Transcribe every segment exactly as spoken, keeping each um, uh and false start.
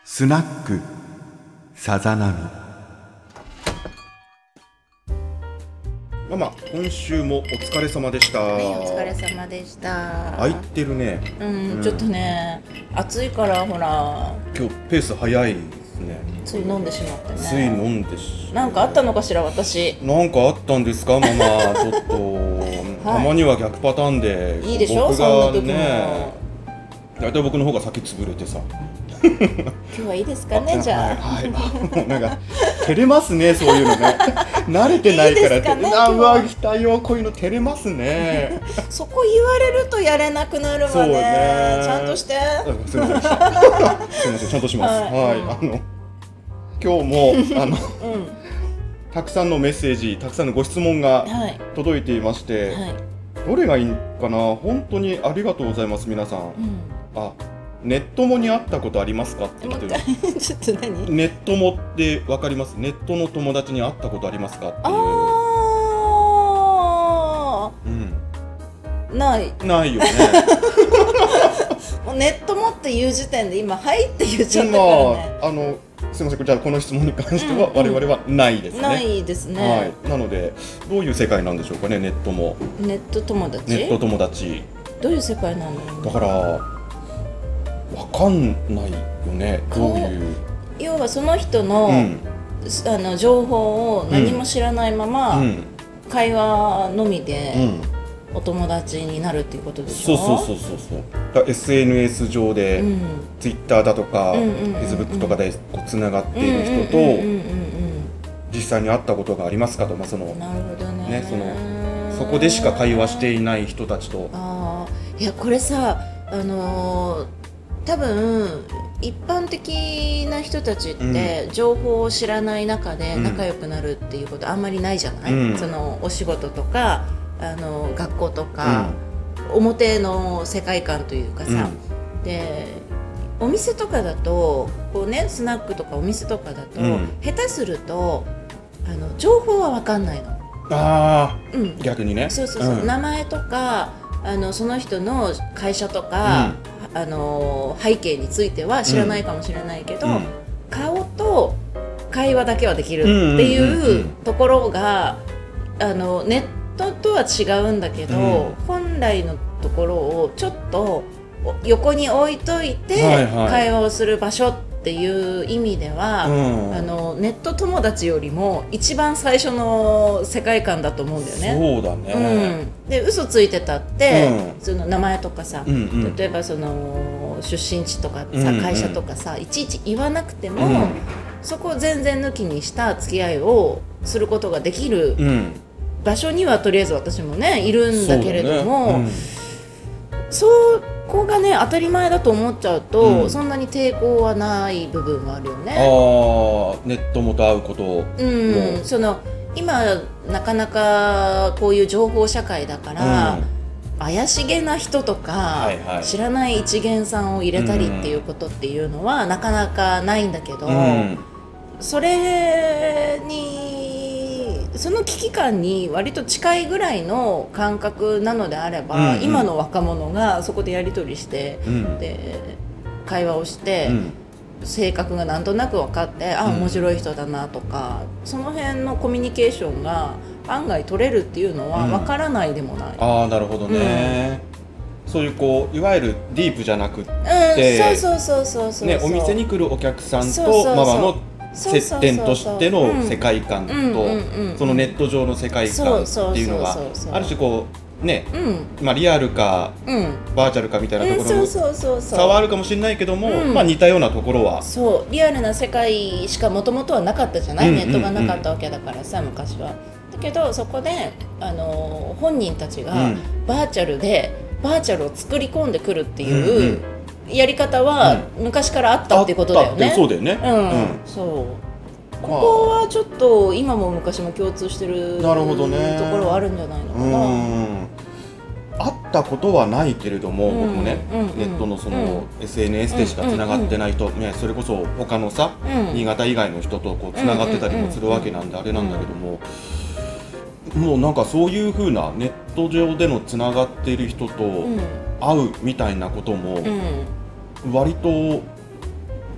スナックさざ波。ママ、今週もお疲れ様でした。 はい、お疲れ様でした。 空いてるね。 うん、 うん、 ちょっとね、暑いからほら。 今日ペース早いですね。 つい飲んでしまってね。 つい飲んでし。 なんかあったのかしら、私。 なんかあったんですか、ママ。ちょっと、はい、たまには逆パターンで。 いいでしょ、 僕がそんな時も。 ね、大体僕の方が先潰れてさ。 今日はいいですかね、じゃあ。 はい、はい、なんか照れますね、そういうのね。慣れてないから。いいですかね、あ、うわ、来たよ、こういうの照れますね。 そこ言われるとやれなくなるわ ね, ね。ちゃんとして。 すみませんでした。すみません、ちゃんとします。はい、はい、あの今日もあの、うん、たくさんのメッセージ、たくさんのご質問が届いていまして、はいはい、どれがいいかな。本当にありがとうございます、皆さん。うん、あ、ネットモに会ったことありますかって言ってる。 ちょっと何？ ネットモってわかります？ネットの友達に会ったことありますかっていう。 あー、うん、ないないよね。 もうネットモっていう時点で今はいって言っちゃったからね。 あのすみません、じゃあこの質問に関しては我々はないですね。 ないですね。 はい。なのでどういう世界なんでしょうかね、ネットモ。 ネット友達。 ネット友達。 どういう世界なの？ だからわかんないよね。どういう。 要はその人の、うん、あの情報を何も知らないまま、うん、会話のみで、うん、お友達になるっていうことでしょ。 そうそうそうそうそう。だ エスエヌエス 上で、うん、Twitter だとか、うんうんうんうん、Facebook とかでこうつながっている人と実際に会ったことがありますかと、まあそのなるほどね。 ね、そのそこでしか会話していない人たちと。 あ、いやこれさ、あのー、多分一般的な人たちって情報を知らない中で仲良くなるっていうことあんまりないじゃない、うん、そのお仕事とかあの学校とか、うん、表の世界観というかさ、うん、でお店とかだとこうね、スナックとかお店とかだと、うん、下手するとあの情報は分かんないの。 あ、うん、逆にね。 そうそうそう、うん、名前とかあのその人の会社とか、うん、あの背景については知らないかもしれないけど、うん、顔と会話だけはできるっていうところがあのネットとは違うんだけど、うん、本来のところをちょっと横に置いといて会話をする場所っていう意味では、はいはい、あのネット友達よりも一番最初の世界観だと思うんだよね。 そうだね、 うん、で嘘ついてたって、うん、その名前とかさ、うんうん、例えばその出身地とかさ、うんうん、会社とかさいちいち言わなくても、うん、そこを全然抜きにした付き合いをすることができる場所にはとりあえず私もねいるんだけれども、そこがね当たり前だと思っちゃうと、うん、そんなに抵抗はない部分はあるよね。 あ、ネットもと会うことも、うん、 その今なかなかこういう情報社会だから、うん、怪しげな人とか、はいはい、知らない一元さんを入れたりっていうことっていうのは、うん、なかなかないんだけど、うん、それにその危機感に割と近いぐらいの感覚なのであれば、うんうん、今の若者がそこでやり取りして、うん、で会話をして、うん、性格がなんとなく分かって、あ、面白い人だなとか、うん、その辺のコミュニケーションが案外取れるっていうのは分からないでもない、うん、 ああ、なるほどね、うん、そういうこういわゆるディープじゃなくって、うん、 そうそうそうそうそう、 ね、お店に来るお客さんとママの接点としての世界観とそのネット上の世界観っていうのがある種こうね、うん、まあリアルか、うん、バーチャルかみたいなところの差はあるかもしれないけども、うん、まあ似たようなところはそうリアルな世界しかもともとはなかったじゃない、うん、ネットがなかったわけだからさ、昔は。だけどそこであの本人たちがバーチャルでバーチャルを作り込んでくるっていう、うんうんやり方は昔からあったってことだよね。 そうだよね。うんうん、そう。ここはちょっと今も昔も共通してるなるほどねところはあるんじゃないのかな。うん、 あったことはないけれども、うん、僕もね、うんうん、ネットのその、うん、エスエヌエス でしかつながってない人、うんうんね、それこそ他のさ、うん、新潟以外の人とこうつながってたりもするわけなんであれなんだけども、もうなんかそういう風なネット上でのつながっている人と会うみたいなことも、うん割と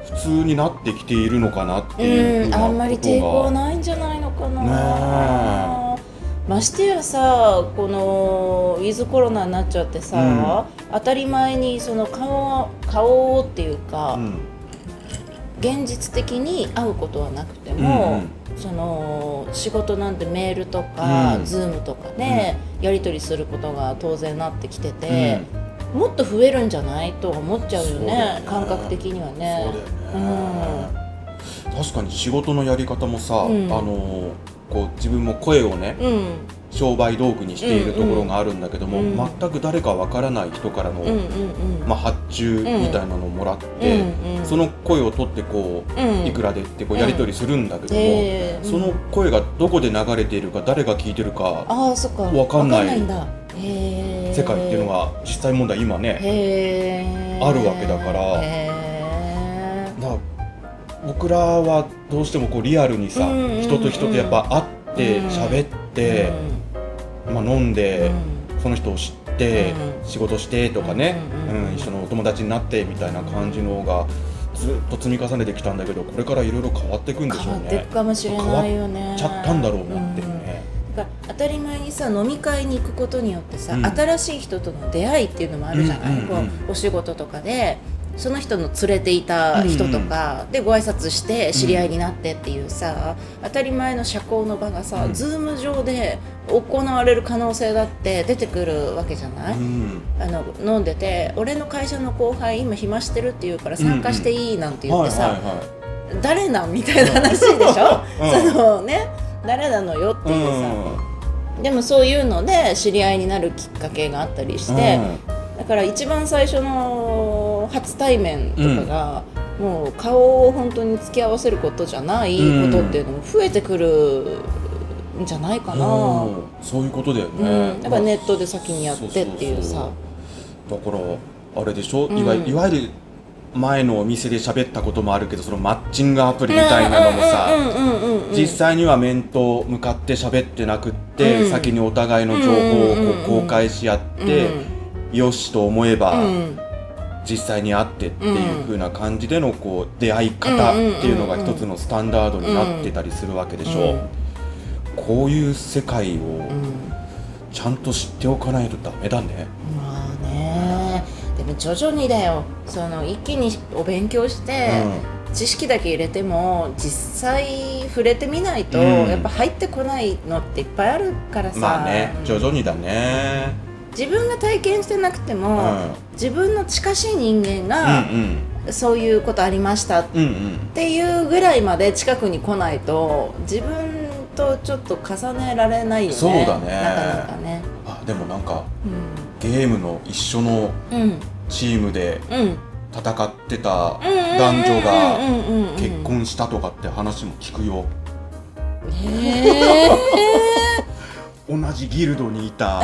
普通になってきているのかなっていうふうなことが、 あんまり抵抗ないんじゃないのかな。ましてやさ、このウィズコロナになっちゃってさ、うん、当たり前にその顔顔っていうか、うん、現実的に会うことはなくても、うん、その仕事なんてメールとか、うん、ズームとかでやり取りすることが当然なってきてて、うん、もっと増えるんじゃないと思っちゃうよ ね, うよね感覚的にはね。そうだよね、 うん、確かに仕事のやり方もさ、うん、あのこう自分も声をね、うん、商売道具にしているところがあるんだけども、うんうん、全く誰かわからない人からの、うんうんうんまあ、発注みたいなのをもらって、うんうん、その声を取ってこう、うん、いくらでってこうやり取りするんだけども、うんえー、その声がどこで流れているか誰が聞いてるかわかんない世界っていうのが実際問題今ねあるわけだから、だから僕らはどうしてもこうリアルにさ、うんうんうん、人と人とやっぱ会って喋って、うんまあ、飲んで、うん、その人を知って、うん、仕事してとかね、うんうんうん、一緒のお友達になってみたいな感じのがずっと積み重ねてきたんだけど、これからいろいろ変わっていくんでしょうね。 変わっていくかもしれないよね。 変わっちゃったんだろうなっていうね、 うん、だから当たり前にさ飲み会に行くことによってさ、うん、新しい人との出会いっていうのもあるじゃない、うんうんうん、こうお仕事とかでその人の連れていた人とかでご挨拶して知り合いになってっていうさ、うん、当たり前の社交の場がさ、うん、ズーム上で行われる可能性だって出てくるわけじゃない、うん、あの飲んでて俺の会社の後輩今暇してるって言うから参加していいなんて言ってさ、誰なんみたいな話でしょ、うん、そのね誰なのよっていうさ、うん、でもそういうので知り合いになるきっかけがあったりして、うん、だから一番最初の初対面とかが、うん、もう顔を本当に付き合わせることじゃないことっていうのも増えてくるんじゃないかな、うん、 そういうことだよね、 うん、だからネットで先にやってっていうさ、 だからあれでしょ、うん、いわいわゆる前のお店で喋ったこともあるけど、そのマッチングアプリみたいなのもさ、実際には面と向かって喋ってなくって、うん、先にお互いの情報をこう公開し合って、うん、よしと思えば、うん、実際に会ってっていう風な感じでのこう出会い方っていうのが一つのスタンダードになってたりするわけでしょ、うんうん、こういう世界をちゃんと知っておかないとダメだね。 まあね、でも徐々にだよ、その一気にお勉強して、うん、知識だけ入れても実際触れてみないと、うん、やっぱ入ってこないのっていっぱいあるからさ。 まあね、徐々にだね。 自分が体験してなくても、うん、自分の近しい人間が、うんうん、そういうことありましたっていうぐらいまで近くに来ないと自分とちょっと重ねられないよね。 そうだね、 なかなかね。 あ、でもなんか、うん、ゲームの一緒のチームで戦ってた男女が結婚したとかって話も聞くよ。へー同じギルドにいた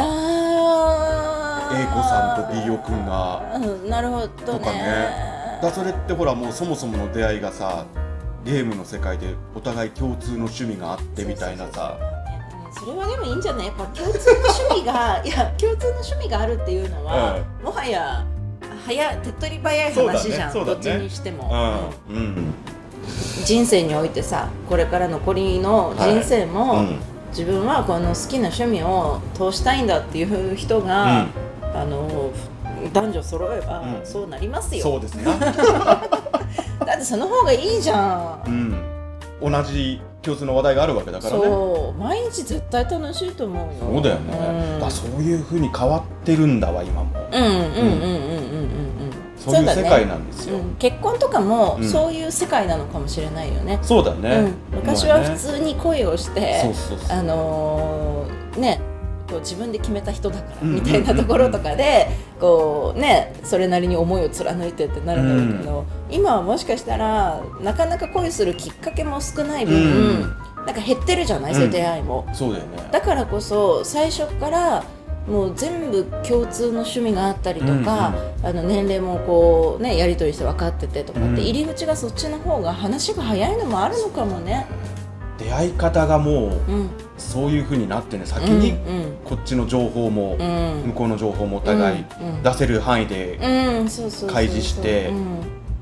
A子さんと B おくんが、 うん、なるほどね、 とかね。だそれってほらもうそもそもの出会いがさ、ゲームの世界でお互い共通の趣味があってみたいなさ。 それはでもいいんじゃない？やっぱ共通の趣味がいや共通の趣味があるっていうのは、うん、もはや早手っ取り早い話じゃん、ねね、どっちにしても、うんうん、人生においてさ、これから残りの人生も、はいうん、自分はこの好きな趣味を通したいんだっていう人が、うん、あの男女揃えば、うん、そうなりますよ。 そうですねだってその方がいいじゃん、 うん、同じ共通の話題があるわけだからね。 そう毎日絶対楽しいと思うよ。 そうだよね、うん、だそういう風に変わってるんだわ今も。 うんうんうんうんうんうんうんそういう世界なんですよ、 ねうん、結婚とかもそういう世界なのかもしれないよね、 うん、そうだね、うん、 昔は普通に恋をしてそうそうそうあのー、ねこう自分で決めた人だからみたいなところとかでこうねそれなりに思いを貫いてってなるんだけど、うん、今はもしかしたらなかなか恋するきっかけも少ない分、うん、なんか減ってるじゃない、うん、そういう出会いも。 そうだよね。 だからこそ最初からもう全部共通の趣味があったりとか、うんうん、あの年齢もこうねやり取りして分かっててとかって、うん、入り口がそっちの方が話が早いのもあるのかもね。 出会い方がもう、うん、そういう風になってね、先にこっちの情報も、うん、向こうの情報もお互い出せる範囲で開示して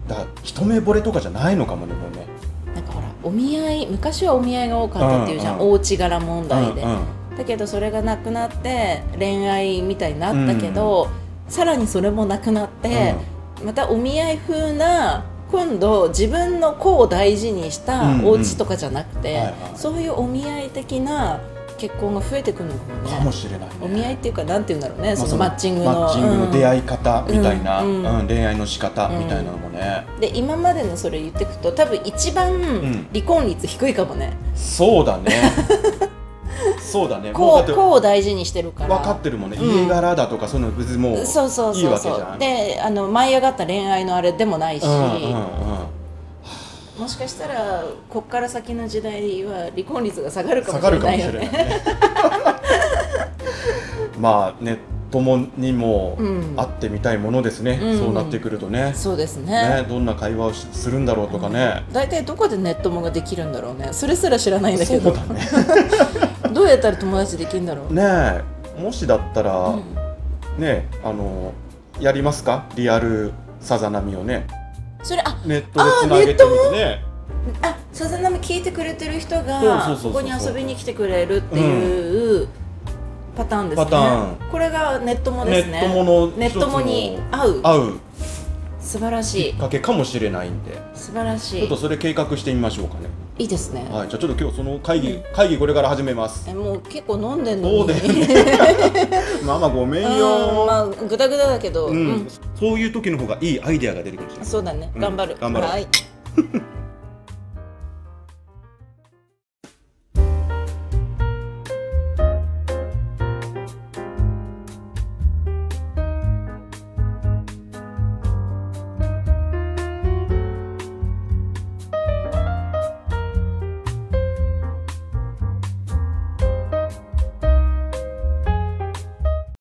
だから一目惚れとかじゃないのかもね、もうね。 なんかほらお見合い、昔はお見合いが多かったっていうじゃん、うんうん、お家柄問題で、うんうん、だけどそれがなくなって恋愛みたいになったけど、うん、さらにそれもなくなって、うん、またお見合い風な今度自分の子を大事にしたお家とかじゃなくて、うんうんはいはい、そういうお見合い的な結婚が増えてくるのかもね。 かもしれないね。 お見合いっていうかなんていうんだろうね、そのマッチングのマッチングの出会い方みたいな、うんうんうん、恋愛の仕方みたいなのもね、 うん、で今までのそれ言っていくと多分一番離婚率低いかもね、 うん、そうだねそうだね、 こう、こうを大事にしてるから分かってるもんね、うん、家柄だとかそういうの別にもういいわけじゃん。そうそうそうそうで、あの舞い上がった恋愛のあれでもないし、うんうんうん、もしかしたらこっから先の時代は離婚率が下がるかもしれないよね。 まあネットもにも会ってみたいものですね、うん、そうなってくるとね。 そうです ね, ねどんな会話をするんだろうとかね、 だいたいどこでネットもができるんだろうね。それすら知らないんだけど。 そうだねどうやったら友達できるんだろうね。えもしだったら、うん、ねあのやりますか、リアルさざ波をね。 それあネットでつなげてみてね。 あ、さざ波聞いてくれてる人がここに遊びに来てくれるっていう、うん、パターンですね。パターン。これがネットもですね。 ネットものネットもに合う。 合う。 素晴らしい。 きっかけかもしれないんで。 素晴らしい。 ちょっとそれ計画してみましょうかね。 いいですね。 はい。じゃあちょっと今日その会議、うん、会議これから始めます。 えもう結構飲んでんのに。 そうで。ママごめんよ。 まあグダグダだけど、 うんうん。そういう時の方がいいアイデアが出てくる。 そうだね。頑張る。 うん、頑張る。 はい。